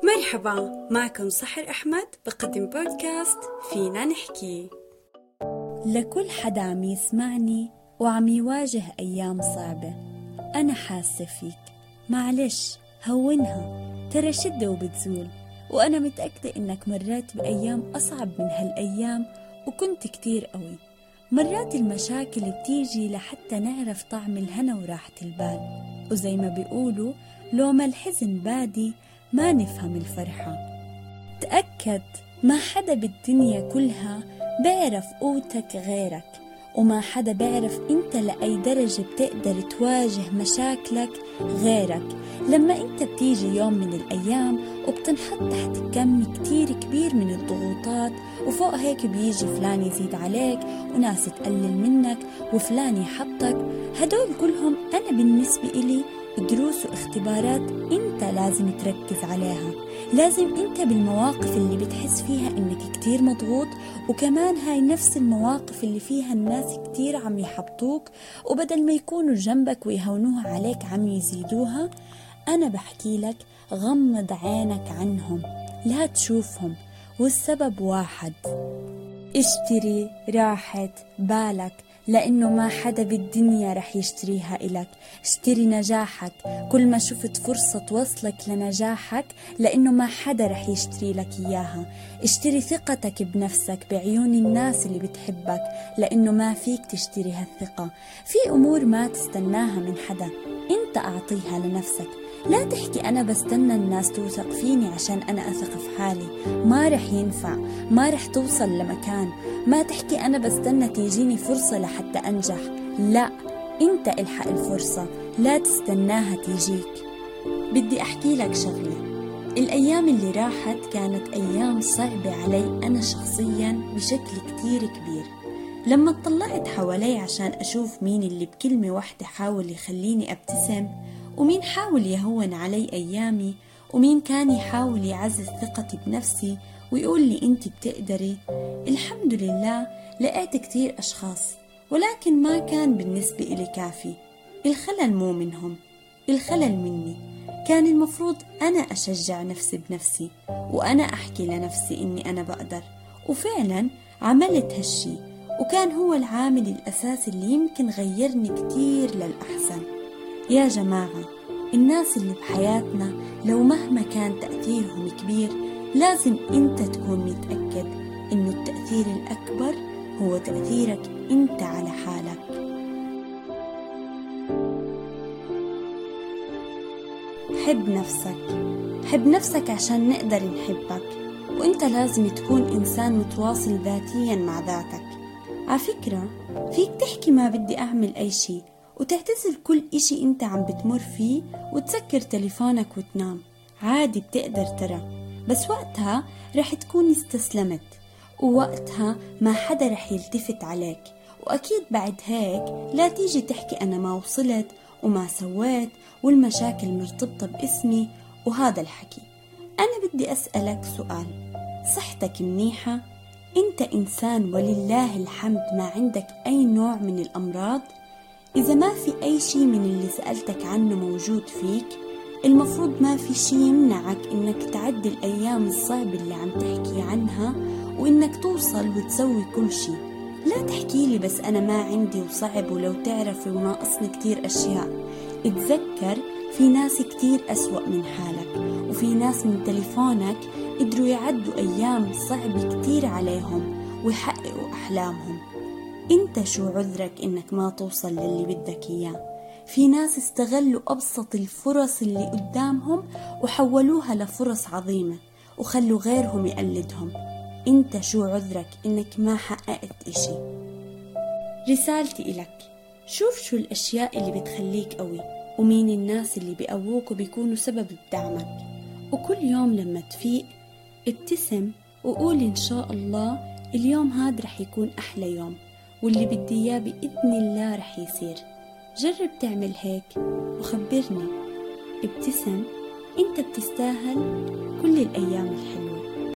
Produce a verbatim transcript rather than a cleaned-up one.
مرحبا، معكم سحر أحمد بقدم بودكاست فينا نحكي. لكل حدا عم يسمعني وعم يواجه أيام صعبة، أنا حاسة فيك، معلش هونها، ترى شدة وبتزول. وأنا متأكدة إنك مرات بأيام أصعب من هالأيام وكنت كتير قوي. مرات المشاكل بتيجي لحتى نعرف طعم الهنا وراحة البال، وزي ما بيقولوا لو ما الحزن بادي ما نفهم الفرحة. تأكد ما حدا بالدنيا كلها بيعرف قوتك غيرك، وما حدا بيعرف انت لأي درجة بتقدر تواجه مشاكلك غيرك. لما انت بتيجي يوم من الأيام وبتنحط تحت كم كتير كبير من الضغوطات، وفوق هيك بيجي فلان يزيد عليك وناس تقلل منك وفلان يحطك، هدول كلهم أنا بالنسبة إلي دروس واختبارات انت لازم تركز عليها. لازم انت بالمواقف اللي بتحس فيها انك كتير مضغوط، وكمان هاي نفس المواقف اللي فيها الناس كتير عم يحبطوك، وبدل ما يكونوا جنبك ويهونوها عليك عم يزيدوها، انا بحكي لك غمض عينك عنهم، لا تشوفهم، والسبب واحد: اشتري راحة بالك، لأنه ما حدا بالدنيا رح يشتريها إلك. اشتري نجاحك، كل ما شفت فرصة توصلك لنجاحك، لأنه ما حدا رح يشتري لك إياها. اشتري ثقتك بنفسك بعيون الناس اللي بتحبك، لأنه ما فيك تشتري هالثقة. في أمور ما تستناها من حدا، انت أعطيها لنفسك. لا تحكي أنا بستنى الناس توثق فيني عشان أنا أثق في حالي، ما رح ينفع، ما رح توصل لمكان. ما تحكي أنا بستنى تيجيني فرصة لحتى أنجح، لا، أنت الحق الفرصة، لا تستناها تيجيك. بدي أحكي لك شغلة، الأيام اللي راحت كانت أيام صعبة علي أنا شخصيا بشكل كتير كبير. لما اطلعت حوالي عشان أشوف مين اللي بكلمة واحدة حاول يخليني أبتسم، ومين حاول يهون علي أيامي، ومين كان يحاول يعزز ثقتي بنفسي ويقول لي أنت بتقدري، الحمد لله لقيت كتير أشخاص، ولكن ما كان بالنسبة إلي كافي. الخلل مو منهم، الخلل مني. كان المفروض أنا أشجع نفسي بنفسي، وأنا أحكي لنفسي إني أنا بقدر، وفعلا عملت هالشي، وكان هو العامل الأساسي اللي يمكن غيرني كتير للأحسن. يا جماعة، الناس اللي بحياتنا لو مهما كان تأثيرهم كبير، لازم انت تكون متأكد انه التأثير الأكبر هو تأثيرك انت على حالك. حب نفسك، حب نفسك عشان نقدر نحبك، وانت لازم تكون إنسان متواصل ذاتيا مع ذاتك. على فكرة، فيك تحكي ما بدي أعمل أي شيء، وتعتزل كل إشي انت عم بتمر فيه، وتسكر تليفونك وتنام، عادي، بتقدر ترى. بس وقتها رح تكون استسلمت، ووقتها ما حدا رح يلتفت عليك. وأكيد بعد هيك لا تيجي تحكي أنا ما وصلت وما سويت والمشاكل مرتبطة باسمي وهذا الحكي. أنا بدي أسألك سؤال، صحتك منيحة؟ أنت إنسان ولله الحمد ما عندك أي نوع من الأمراض؟ إذا ما في أي شيء من اللي سألتك عنه موجود فيك، المفروض ما في شيء يمنعك إنك تعدي الأيام الصعبة اللي عم تحكي عنها، وإنك توصل وتسوي كل شيء. لا تحكي لي بس أنا ما عندي وصعب ولو تعرفي وناقصني كتير أشياء. اتذكر في ناس كتير أسوأ من حالك، وفي ناس من تليفونك قدروا يعدوا أيام صعبة كتير عليهم ويحققوا أحلامهم. انت شو عذرك إنك ما توصل للي بدك إياه؟ في ناس استغلوا أبسط الفرص اللي قدامهم وحولوها لفرص عظيمة وخلوا غيرهم يقلدهم. انت شو عذرك إنك ما حققت إشي؟ رسالتي إلك، شوف شو الأشياء اللي بتخليك قوي، ومين الناس اللي بيقووك وبيكونوا سبب بدعمك. وكل يوم لما تفيق ابتسم وقول إن شاء الله اليوم هاد رح يكون أحلى يوم، واللي بدي إياه بإذن الله رح يصير. جرب تعمل هيك وخبرني. ابتسم، انت بتستاهل كل الأيام الحلوة.